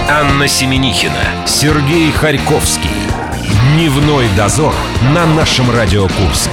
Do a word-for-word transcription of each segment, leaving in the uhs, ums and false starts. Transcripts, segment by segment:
Анна Семенихина, Сергей Харьковский. Дневной дозор на нашем Радио Курск.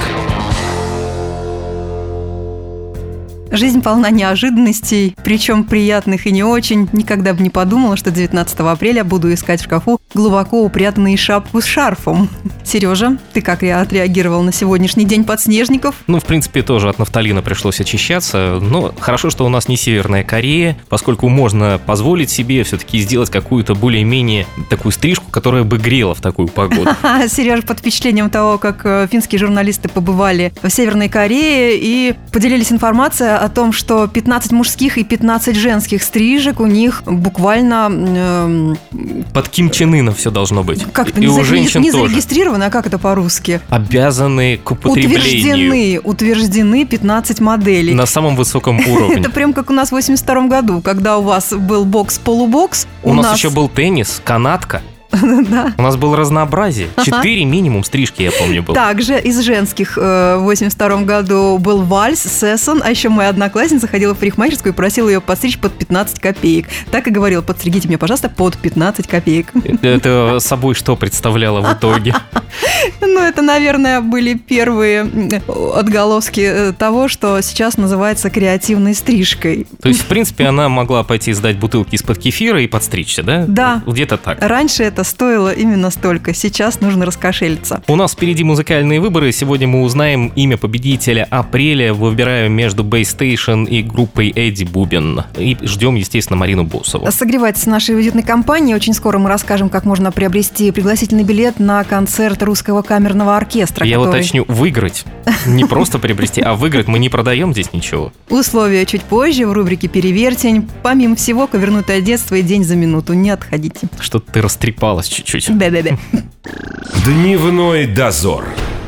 Жизнь полна неожиданностей, причем приятных и не очень. Никогда бы не подумала, что девятнадцатого апреля буду искать в шкафу глубоко упрятанную шапку с шарфом. Сережа, ты как отреагировал на сегодняшний день подснежников? Ну, в принципе, тоже от нафталина пришлось очищаться. Но хорошо, что у нас не Северная Корея, поскольку можно позволить себе все-таки сделать какую-то более-менее такую стрижку, которая бы грела в такую погоду. Сережа под впечатлением того, как финские журналисты побывали в Северной Корее и поделились информацией о том, что пятнадцать мужских и пятнадцать женских стрижек у них буквально... Э, Под Ким Чен Ыном все должно быть. Как-то и не, у за, женщин не, не тоже. зарегистрировано, а как это по-русски? Обязаны к употреблению. Утверждены, утверждены пятнадцать моделей. На самом высоком уровне. Это прям как у нас в восемьдесят втором году, когда у вас был бокс-полубокс. У, у нас, нас еще был теннис, канатка. Да. У нас было разнообразие. Четыре минимум стрижки, я помню, было. Также из женских в восемьдесят втором году был вальс, сессон, а еще моя одноклассница ходила в парикмахерскую и просила ее подстричь под пятнадцать копеек. Так и говорила: подстригите меня, пожалуйста, под пятнадцать копеек. Это собой что представляло в итоге? Ну, это, наверное, были первые отголоски того, что сейчас называется креативной стрижкой. То есть, в принципе, она могла пойти сдать бутылки из-под кефира и подстричься, да? Да. Где-то так. Раньше это стоило именно столько. Сейчас нужно раскошелиться. У нас впереди музыкальные выборы. Сегодня мы узнаем имя победителя апреля. Выбираем между Base Station и группой Эдди Бубен. И ждем, естественно, Марину Босову. Согревайтесь в нашей уютной компании. Очень скоро мы расскажем, как можно приобрести пригласительный билет на концерт Русского камерного оркестра. Я который... уточню, выиграть. Не просто приобрести, а выиграть. Мы не продаем здесь ничего. Условия чуть позже в рубрике «Перевертень». Помимо всего, ковернутое детство и день за минуту. Не отходите. Что-то ты растрепалась чуть-чуть. Да-да-да. Дневной дозор.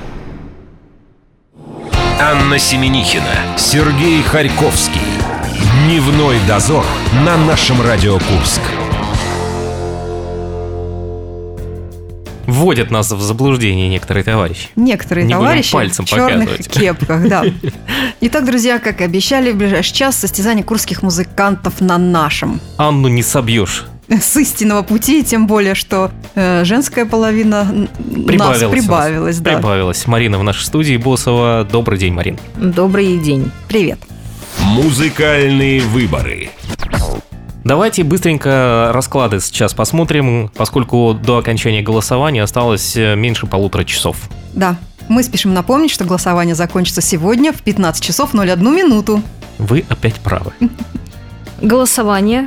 Анна Семенихина, Сергей Харьковский. Дневной дозор на нашем Радио Курск. Вводят нас в заблуждение некоторые товарищи. Некоторые Не товарищи пальцем в черных показывать. кепках, да. Итак, друзья, как и обещали, в ближайший час состязание курских музыкантов на нашем. Анну не собьешь. С истинного пути, тем более, что э, женская половина Прибавилась нас прибавилась. Да. Прибавилась. Марина в нашей студии, Босова. Добрый день, Марин. Добрый день. Привет. Музыкальные выборы. Давайте быстренько расклады сейчас посмотрим, поскольку до окончания голосования осталось меньше полутора часов. Да, мы спешим напомнить, что голосование закончится сегодня в пятнадцать часов ноль одну минуту. Вы опять правы. Голосование.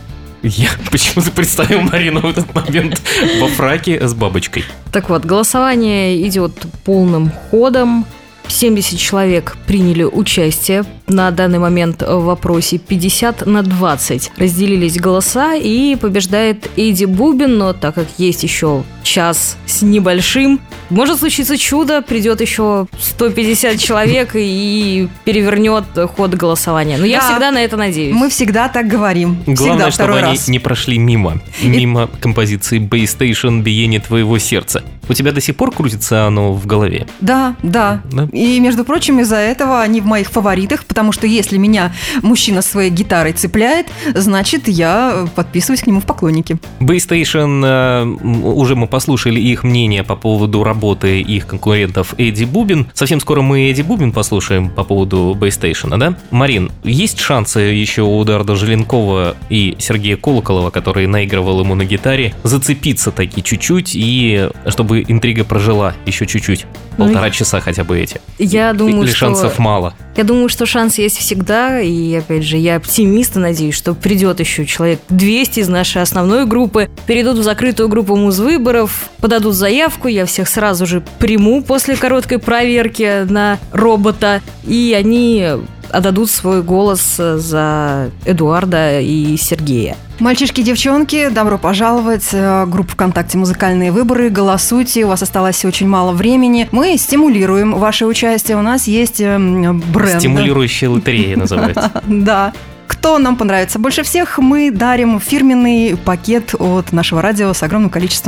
Я почему-то представил Марину в этот момент во фраке с бабочкой. Так вот, голосование идет полным ходом. семьдесят человек приняли участие на данный момент в вопросе, пятьдесят на двадцать. Разделились голоса, и побеждает Эдди Бубен, но так как есть еще час с небольшим, может случиться чудо, придет еще сто пятьдесят человек и перевернет ход голосования. Но я Да. всегда на это надеюсь. Мы всегда так говорим. Главное, всегда, чтобы второй они раз. не прошли мимо. Мимо композиции Base Station «Биение твоего сердца». У тебя до сих пор крутится оно в голове? Да, да, Да? И, между прочим, из-за этого они в моих фаворитах, потому что если меня мужчина своей гитарой цепляет, значит, я подписываюсь к нему в поклонники. Base Station, э, уже мы послушали их мнение по поводу работы их конкурентов Эдди Бубен. Совсем скоро мы Эдди Бубен послушаем по поводу Base Station, да? Марин, есть шансы еще у Эдуарда Желенкова и Сергея Колоколова, который наигрывал ему на гитаре, зацепиться таки чуть-чуть, и чтобы интрига прожила еще чуть-чуть? Полтора Ну, часа хотя бы эти. Я думаю, Или что... шансов мало? Я думаю, что шанс есть всегда, и, опять же, я оптимист, и надеюсь, что придет еще человек двести из нашей основной группы, перейдут в закрытую группу музвыборов, подадут заявку, я всех сразу же приму после короткой проверки на робота, и они отдадут свой голос за Эдуарда и Сергея. Мальчишки и девчонки, добро пожаловать. Группа ВКонтакте «Музыкальные выборы». Голосуйте, у вас осталось очень мало времени. Мы стимулируем ваше участие. У нас есть бренд. Стимулирующая лотерея называется. Да. Кто нам понравится больше всех, мы дарим фирменный пакет от нашего радио с огромным количеством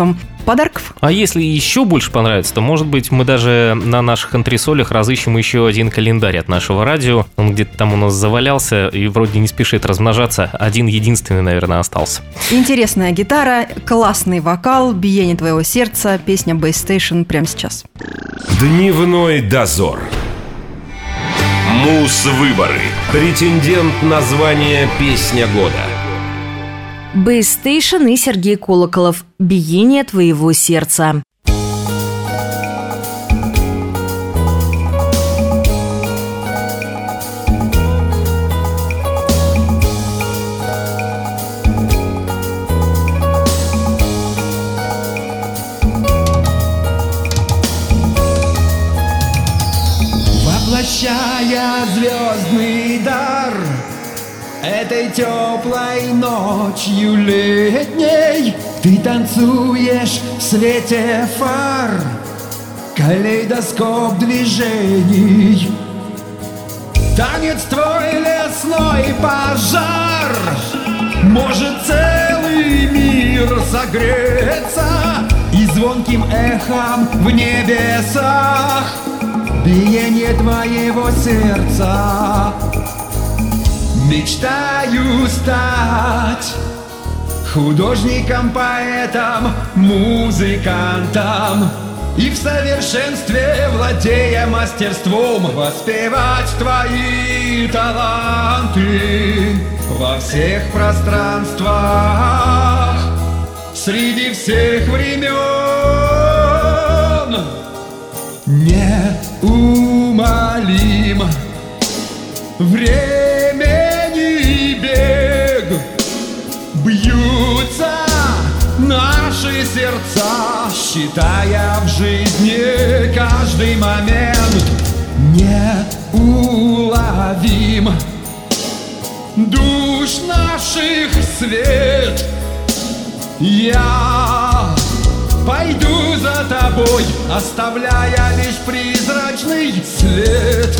подарков. А если еще больше понравится, то, может быть, мы даже на наших антресолях разыщем еще один календарь от нашего радио. Он где-то там у нас завалялся и вроде не спешит размножаться. Один единственный, наверное, остался. Интересная гитара, классный вокал, биение твоего сердца, песня Base Station прямо сейчас. Дневной дозор. Муз-выборы. Претендент на звание «Песня года». Base Station и Сергей Колоколов. «Биение твоего сердца». Воплощая звездный дар этой теплой ночью летней, ты танцуешь в свете фар, калейдоскоп движений. Танец твой лесной пожар, может целый мир согреться, и звонким эхом в небесах биение твоего сердца. Мечтаю стать художником, поэтом, музыкантом, и в совершенстве, владея мастерством, воспевать твои таланты во всех пространствах, среди всех времен. Неумолим времени бег, бьются наши сердца, считая в жизни каждый момент. Неуловим душ наших свет. Я пойду за тобой, оставляя лишь призрачный след.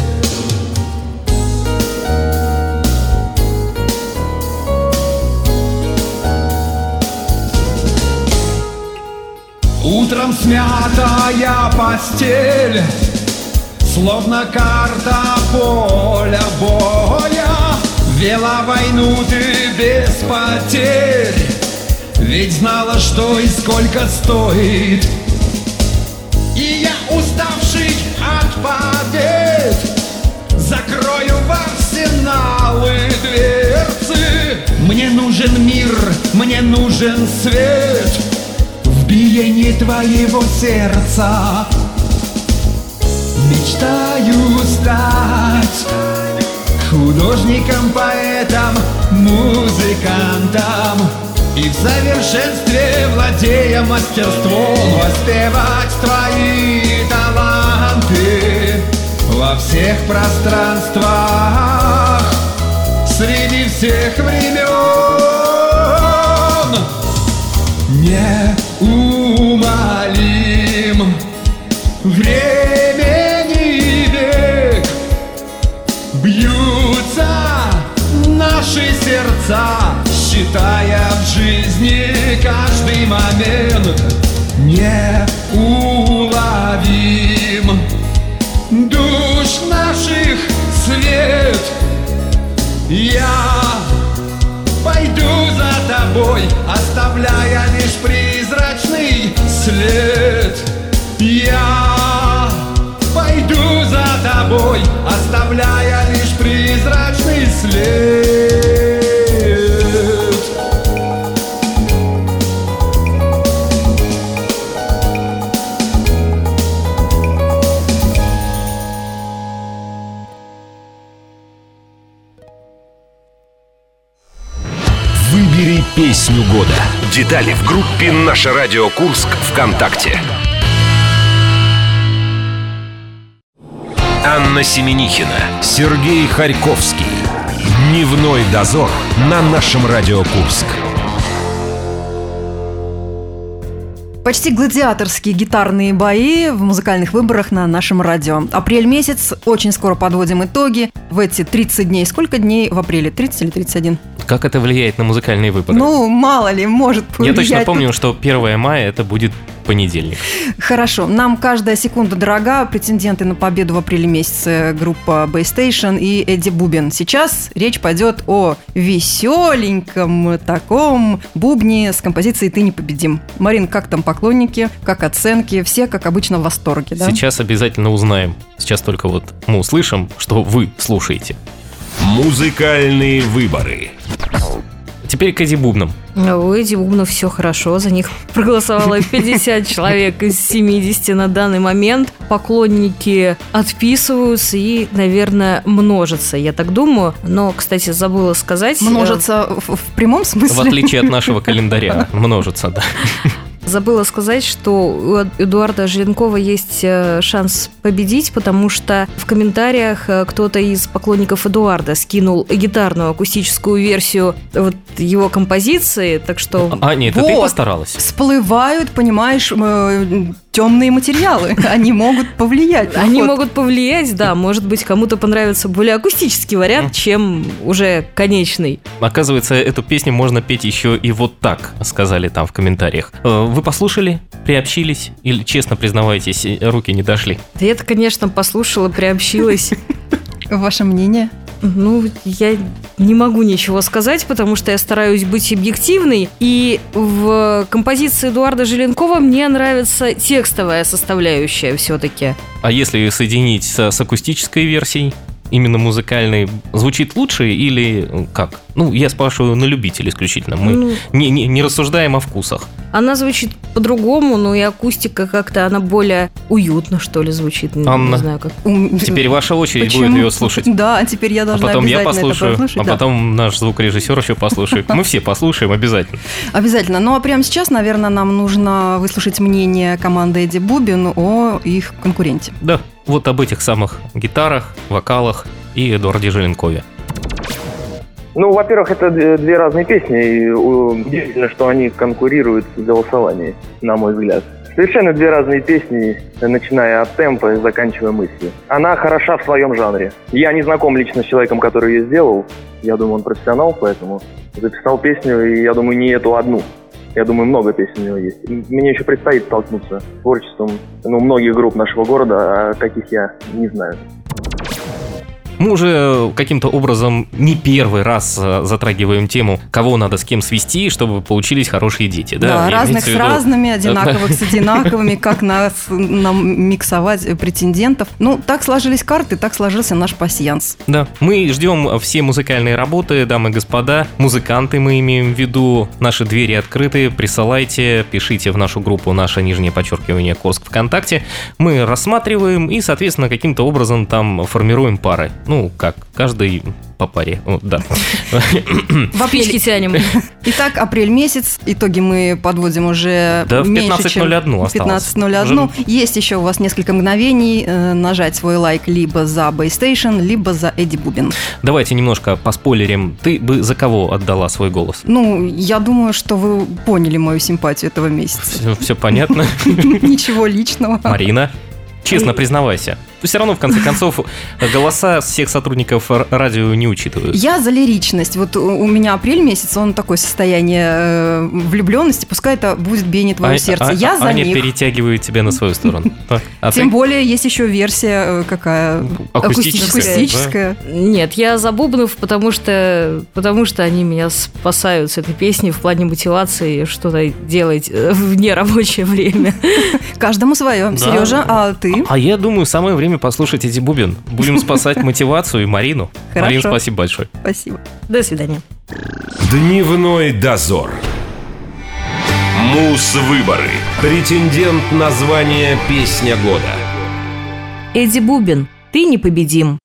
Утром смятая постель, словно карта поля боя, вела войну ты без потерь, ведь знала, что и сколько стоит. И я, уставший от побед, закрою в арсеналы дверцы. Мне нужен мир, мне нужен свет в биении твоего сердца. Мечтаю стать художником, поэтом, музыкантом, и в совершенстве, владея мастерством, воспевать твои таланты во всех пространствах, среди всех времен. Неумолим времени бег, бьются наши сердца, считая в жизни каждый момент. Неуловим душ наших свет. Я пойду за тобой, оставляя лишь призрачный след. Я пойду за тобой, оставляя лишь призрачный след. Выбери песню года. Детали в группе «Наше радио Курск» ВКонтакте. Анна Семенихина, Сергей Харьковский. Дневной дозор на нашем радио Курск. Почти гладиаторские гитарные бои в музыкальных выборах на нашем радио. Апрель месяц, очень скоро подводим итоги. В эти тридцать дней. Сколько дней в апреле? тридцать или тридцать один? Как это влияет на музыкальные выборы? Ну, мало ли, может повлиять. Я точно помню, что первое мая это будет понедельник. Хорошо. Нам каждая секунда дорога. Претенденты на победу в апреле месяце группа Base Station и Эдди Бубен. Сейчас речь пойдет о веселеньком таком бубне с композицией «Ты непобедим». Марин, как там поклонники, как оценки? Все, как обычно, в восторге, да? Сейчас обязательно узнаем. Сейчас только вот мы услышим, что вы слушаете. Музыкальные выборы. Теперь к Эдди Бубнам. У Эдди Бубнов все хорошо. За них проголосовало пятьдесят человек из семидесяти на данный момент. Поклонники отписываются и, наверное, множатся, я так думаю. Но, кстати, забыла сказать... Множатся в, в прямом смысле? В отличие от нашего календаря. Множатся, да. Забыла сказать, что у Эдуарда Желенкова есть шанс победить, потому что в комментариях кто-то из поклонников Эдуарда скинул гитарную акустическую версию вот его композиции, так что... А, нет, вот, это ты постаралась. Всплывают, понимаешь, темные материалы. Они могут повлиять. Они могут повлиять, да. Может быть, кому-то понравится более акустический вариант, чем уже конечный. Оказывается, эту песню можно петь еще и вот так, сказали там в комментариях. Вы послушали, приобщились или, честно признавайтесь, руки не дошли? Да я-то, конечно, послушала, приобщилась. Ваше мнение? Ну, я не могу ничего сказать, потому что я стараюсь быть объективной. И в композиции Эдуарда Желенкова мне нравится текстовая составляющая все-таки. А если соединить с, с акустической версией, именно музыкальной, звучит лучше или как? Ну, я спрашиваю на любителя исключительно. Мы ну, не, не, не рассуждаем о вкусах. Она звучит по-другому, но и акустика как-то, она более уютно, что ли, звучит. Анна, не знаю, как. Теперь ваша очередь Почему? будет ее слушать. Да, теперь я должна а потом обязательно я послушаю, это послушать. А да. потом наш звукорежиссер еще послушает. Мы все послушаем обязательно. Обязательно. Ну, а прямо сейчас, наверное, нам нужно выслушать мнение команды Эдди Бубен о их конкуренте. Да, вот об этих самых гитарах, вокалах и Эдуарде Желенкове. Ну, во-первых, это две разные песни, и удивительно, что они конкурируют в голосовании, на мой взгляд. Совершенно две разные песни, начиная от темпа и заканчивая мыслью. Она хороша в своем жанре. Я не знаком лично с человеком, который ее сделал. Я думаю, он профессионал, поэтому записал песню, и я думаю, не эту одну. Я думаю, много песен у него есть. Мне еще предстоит столкнуться с творчеством ну, многих групп нашего города, а каких я не знаю. Мы уже каким-то образом не первый раз затрагиваем тему, кого надо с кем свести, чтобы получились хорошие дети. Да, да разных с разными, одинаковых с одинаковыми, как нас нам миксовать претендентов. Ну, так сложились карты, так сложился наш пасьянс. Да, мы ждем все музыкальные работы, дамы и господа, музыканты мы имеем в виду, наши двери открыты, присылайте, пишите в нашу группу «Наше нижнее подчеркивание Курск ВКонтакте». Мы рассматриваем и, соответственно, каким-то образом там формируем пары. Ну, как, каждый по паре, о, да. В апреле тянем. Итак, апрель месяц, итоги мы подводим уже да, в меньше, чем осталось. пятнадцать ноль один. Есть еще у вас несколько мгновений э, нажать свой лайк либо за Base Station, либо за Эдди Бубен. Давайте немножко поспойлерим. Ты бы за кого отдала свой голос? Ну, я думаю, что вы поняли мою симпатию этого месяца. Все, все понятно. Ничего личного. Марина, честно признавайся. Все равно, в конце концов, голоса всех сотрудников радио не учитывают. Я за лиричность. Вот у меня апрель месяц, он такое состояние э, влюбленности. Пускай это будет биение твоего а, сердца. А, Я за Аня них. перетягивает тебя на свою сторону. А Тем ты? более есть еще версия какая? Акустическая. Акустическая. Нет, я за Бубнов, потому что, потому что они меня спасают с этой песней в плане мотивации что-то делать в нерабочее время. Каждому свое. Да. Сережа, а ты? А я думаю, самое время послушать Эдди Бубен. Будем спасать мотивацию и Марину. Хорошо. Марин, спасибо большое. Спасибо. До свидания. Дневной дозор. Муз-выборы. Претендент на звание «Песня года». Эдди Бубен, ты непобедим.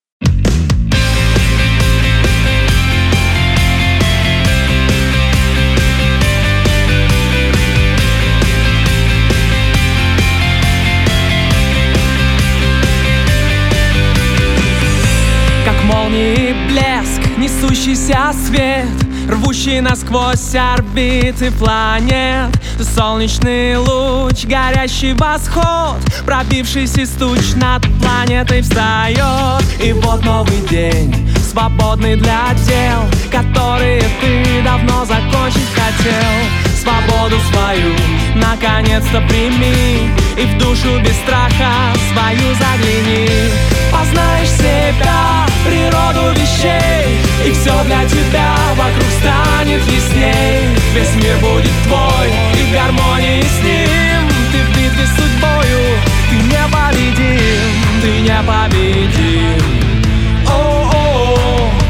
Молнии блеск, несущийся свет, рвущий насквозь орбиты планет. Солнечный луч, горящий восход, пробившийся из туч над планетой встает. И вот новый день, свободный для дел, которые ты давно закончить хотел. Свободу свою на наконец-то прими и в душу без страха свою загляни. Познаешь себя, природу вещей, и все для тебя вокруг станет ясней. Весь мир будет твой, и в гармонии с ним. Ты в битве с судьбою, ты непобедим, ты непобедим. О-о-о,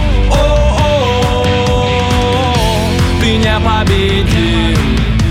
о-о-о, ты непобедим.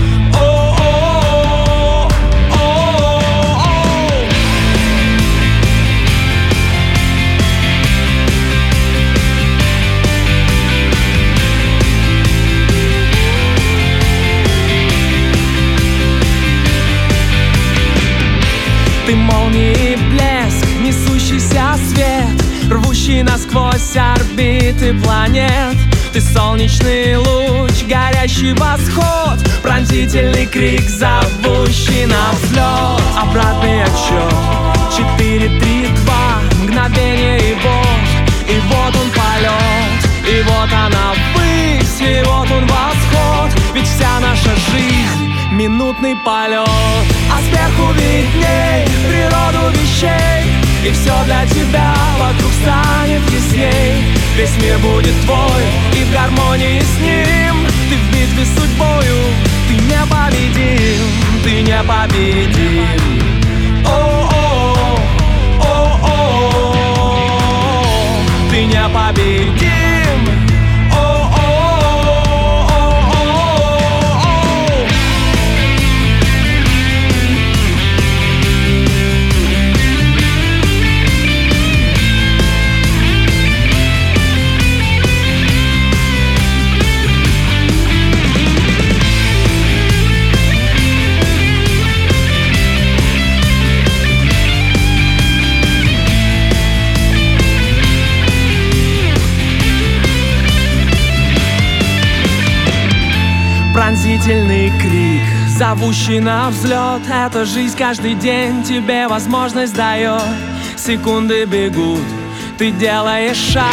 Ты молнии блеск, несущийся свет, рвущий насквозь орбиты планет. Ты солнечный луч, горящий восход, пронзительный крик, зовущий на взлет. Обратный отсчет, четыре, три, два, мгновение и вот, и вот он полет, и вот она ввысь, и вот он восход. Ведь вся наша жизнь — минутный полет, а сверху видней природу вещей, и все для тебя вокруг станет ясней. Весь мир будет твой, и в гармонии с ним. Ты в битве с судьбою, ты непобедим, ты непобедим. О-о-о, о-о-о, ты непобедим. Пронзительный крик, зовущий на взлет. Эта жизнь каждый день тебе возможность дает. Секунды бегут, ты делаешь шаг.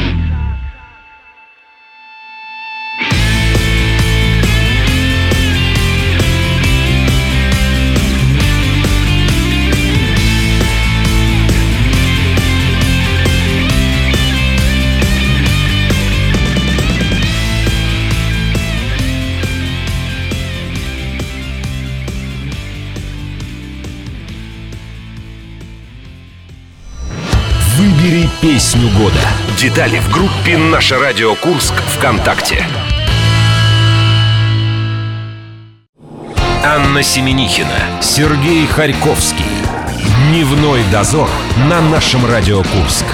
Выбери песню года. Детали в группе «Наше радио Курск» ВКонтакте. Анна Семенихина, Сергей Харьковский. Дневной дозор на нашем радио Курск.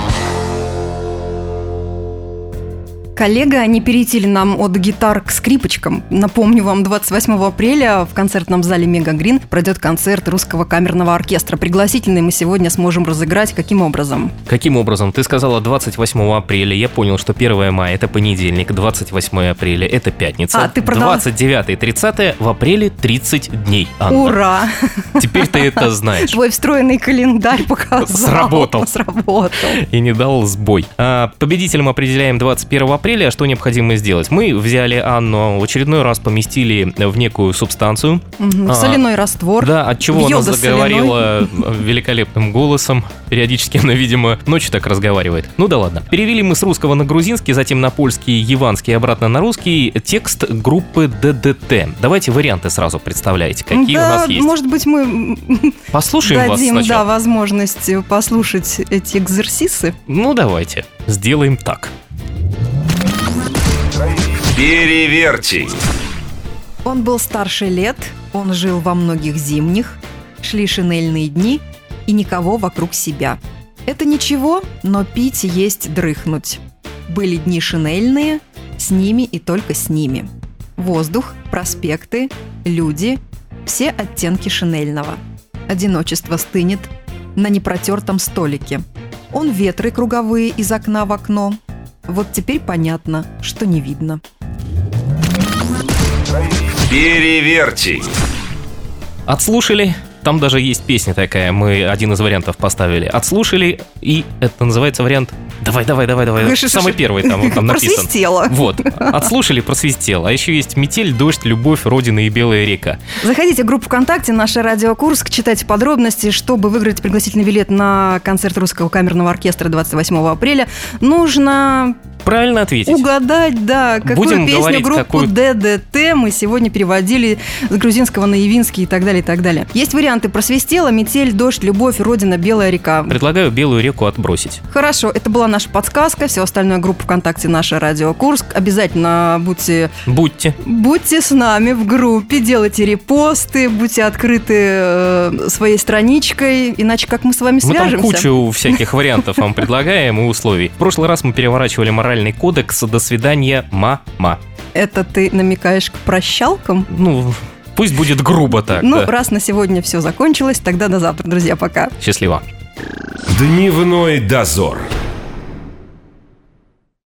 Коллега, не перейти ли нам от гитар к скрипочкам? Напомню вам, двадцать восьмого апреля в концертном зале «Мега Грин» пройдет концерт Русского камерного оркестра. Пригласительный мы сегодня сможем разыграть. Каким образом? Каким образом? Ты сказала двадцать восьмого апреля. Я понял, что первое мая – это понедельник, двадцать восьмое апреля – это пятница. А, ты продал... двадцать девятое и тридцатое в апреле тридцать дней, Анна. Ура! Теперь ты это знаешь. Твой встроенный календарь показал. Сработал. Сработал. И не дал сбой. А, победителем определяем двадцать первого апреля. А что необходимо сделать? Мы взяли Анну, в очередной раз поместили в некую субстанцию. Угу, соляной а, раствор. Да, от чего она заговорила соляной. Великолепным голосом. Периодически она, видимо, ночью так разговаривает. Ну да ладно. Перевели мы с русского на грузинский, затем на польский, яванский, обратно на русский текст группы ДДТ. Давайте варианты сразу представляете, какие да, у нас есть. Может быть, мы послушаем дадим, вас сначала. Да, возможность послушать эти экзерсисы. Ну давайте, сделаем так. Переверьте. Он был старше лет, он жил во многих зимних, шли шинельные дни и никого вокруг себя. Это ничего, но пить, есть, дрыхнуть. Были дни шинельные, с ними и только с ними. Воздух, проспекты, люди, все оттенки шинельного. Одиночество стынет на непротертом столике. Он ветры круговые из окна в окно. Вот теперь понятно, что не видно. Переверьте. Отслушали. Там даже есть песня такая, мы один из вариантов поставили. Отслушали, и это называется вариант Давай, давай, давай, давай. Слушай, Самый слушай, первый там, там написан. Просвистело. Вот, отслушали, просвистело. А еще есть метель, дождь, любовь, родина и белая река. Заходите в группу ВКонтакте «Наша Радио Курск», читайте подробности. Чтобы выиграть пригласительный билет на концерт Русского камерного оркестра двадцать восьмого апреля, нужно... Правильно ответить. Угадать, да, какую Будем песню говорить, группу какую... ДДТ мы сегодня переводили с грузинского на явинский и так далее, и так далее. Есть варианты: просвистела, метель, дождь, любовь, родина, белая река. Предлагаю белую реку отбросить. Хорошо, это была наша подсказка. Все остальное группа ВКонтакте «Наша Радио Курск». Обязательно будьте... Будьте. Будьте с нами в группе, делайте репосты, будьте открыты э, своей страничкой, иначе как мы с вами Мы свяжемся? там кучу всяких вариантов вам предлагаем и условий. В прошлый раз мы переворачивали моральный кодекс «До свидания, мама». Это ты намекаешь к прощалкам? Ну, пусть будет грубо так. Ну, да. раз на сегодня все закончилось, тогда до завтра, друзья, пока. Счастливо. Дневной дозор.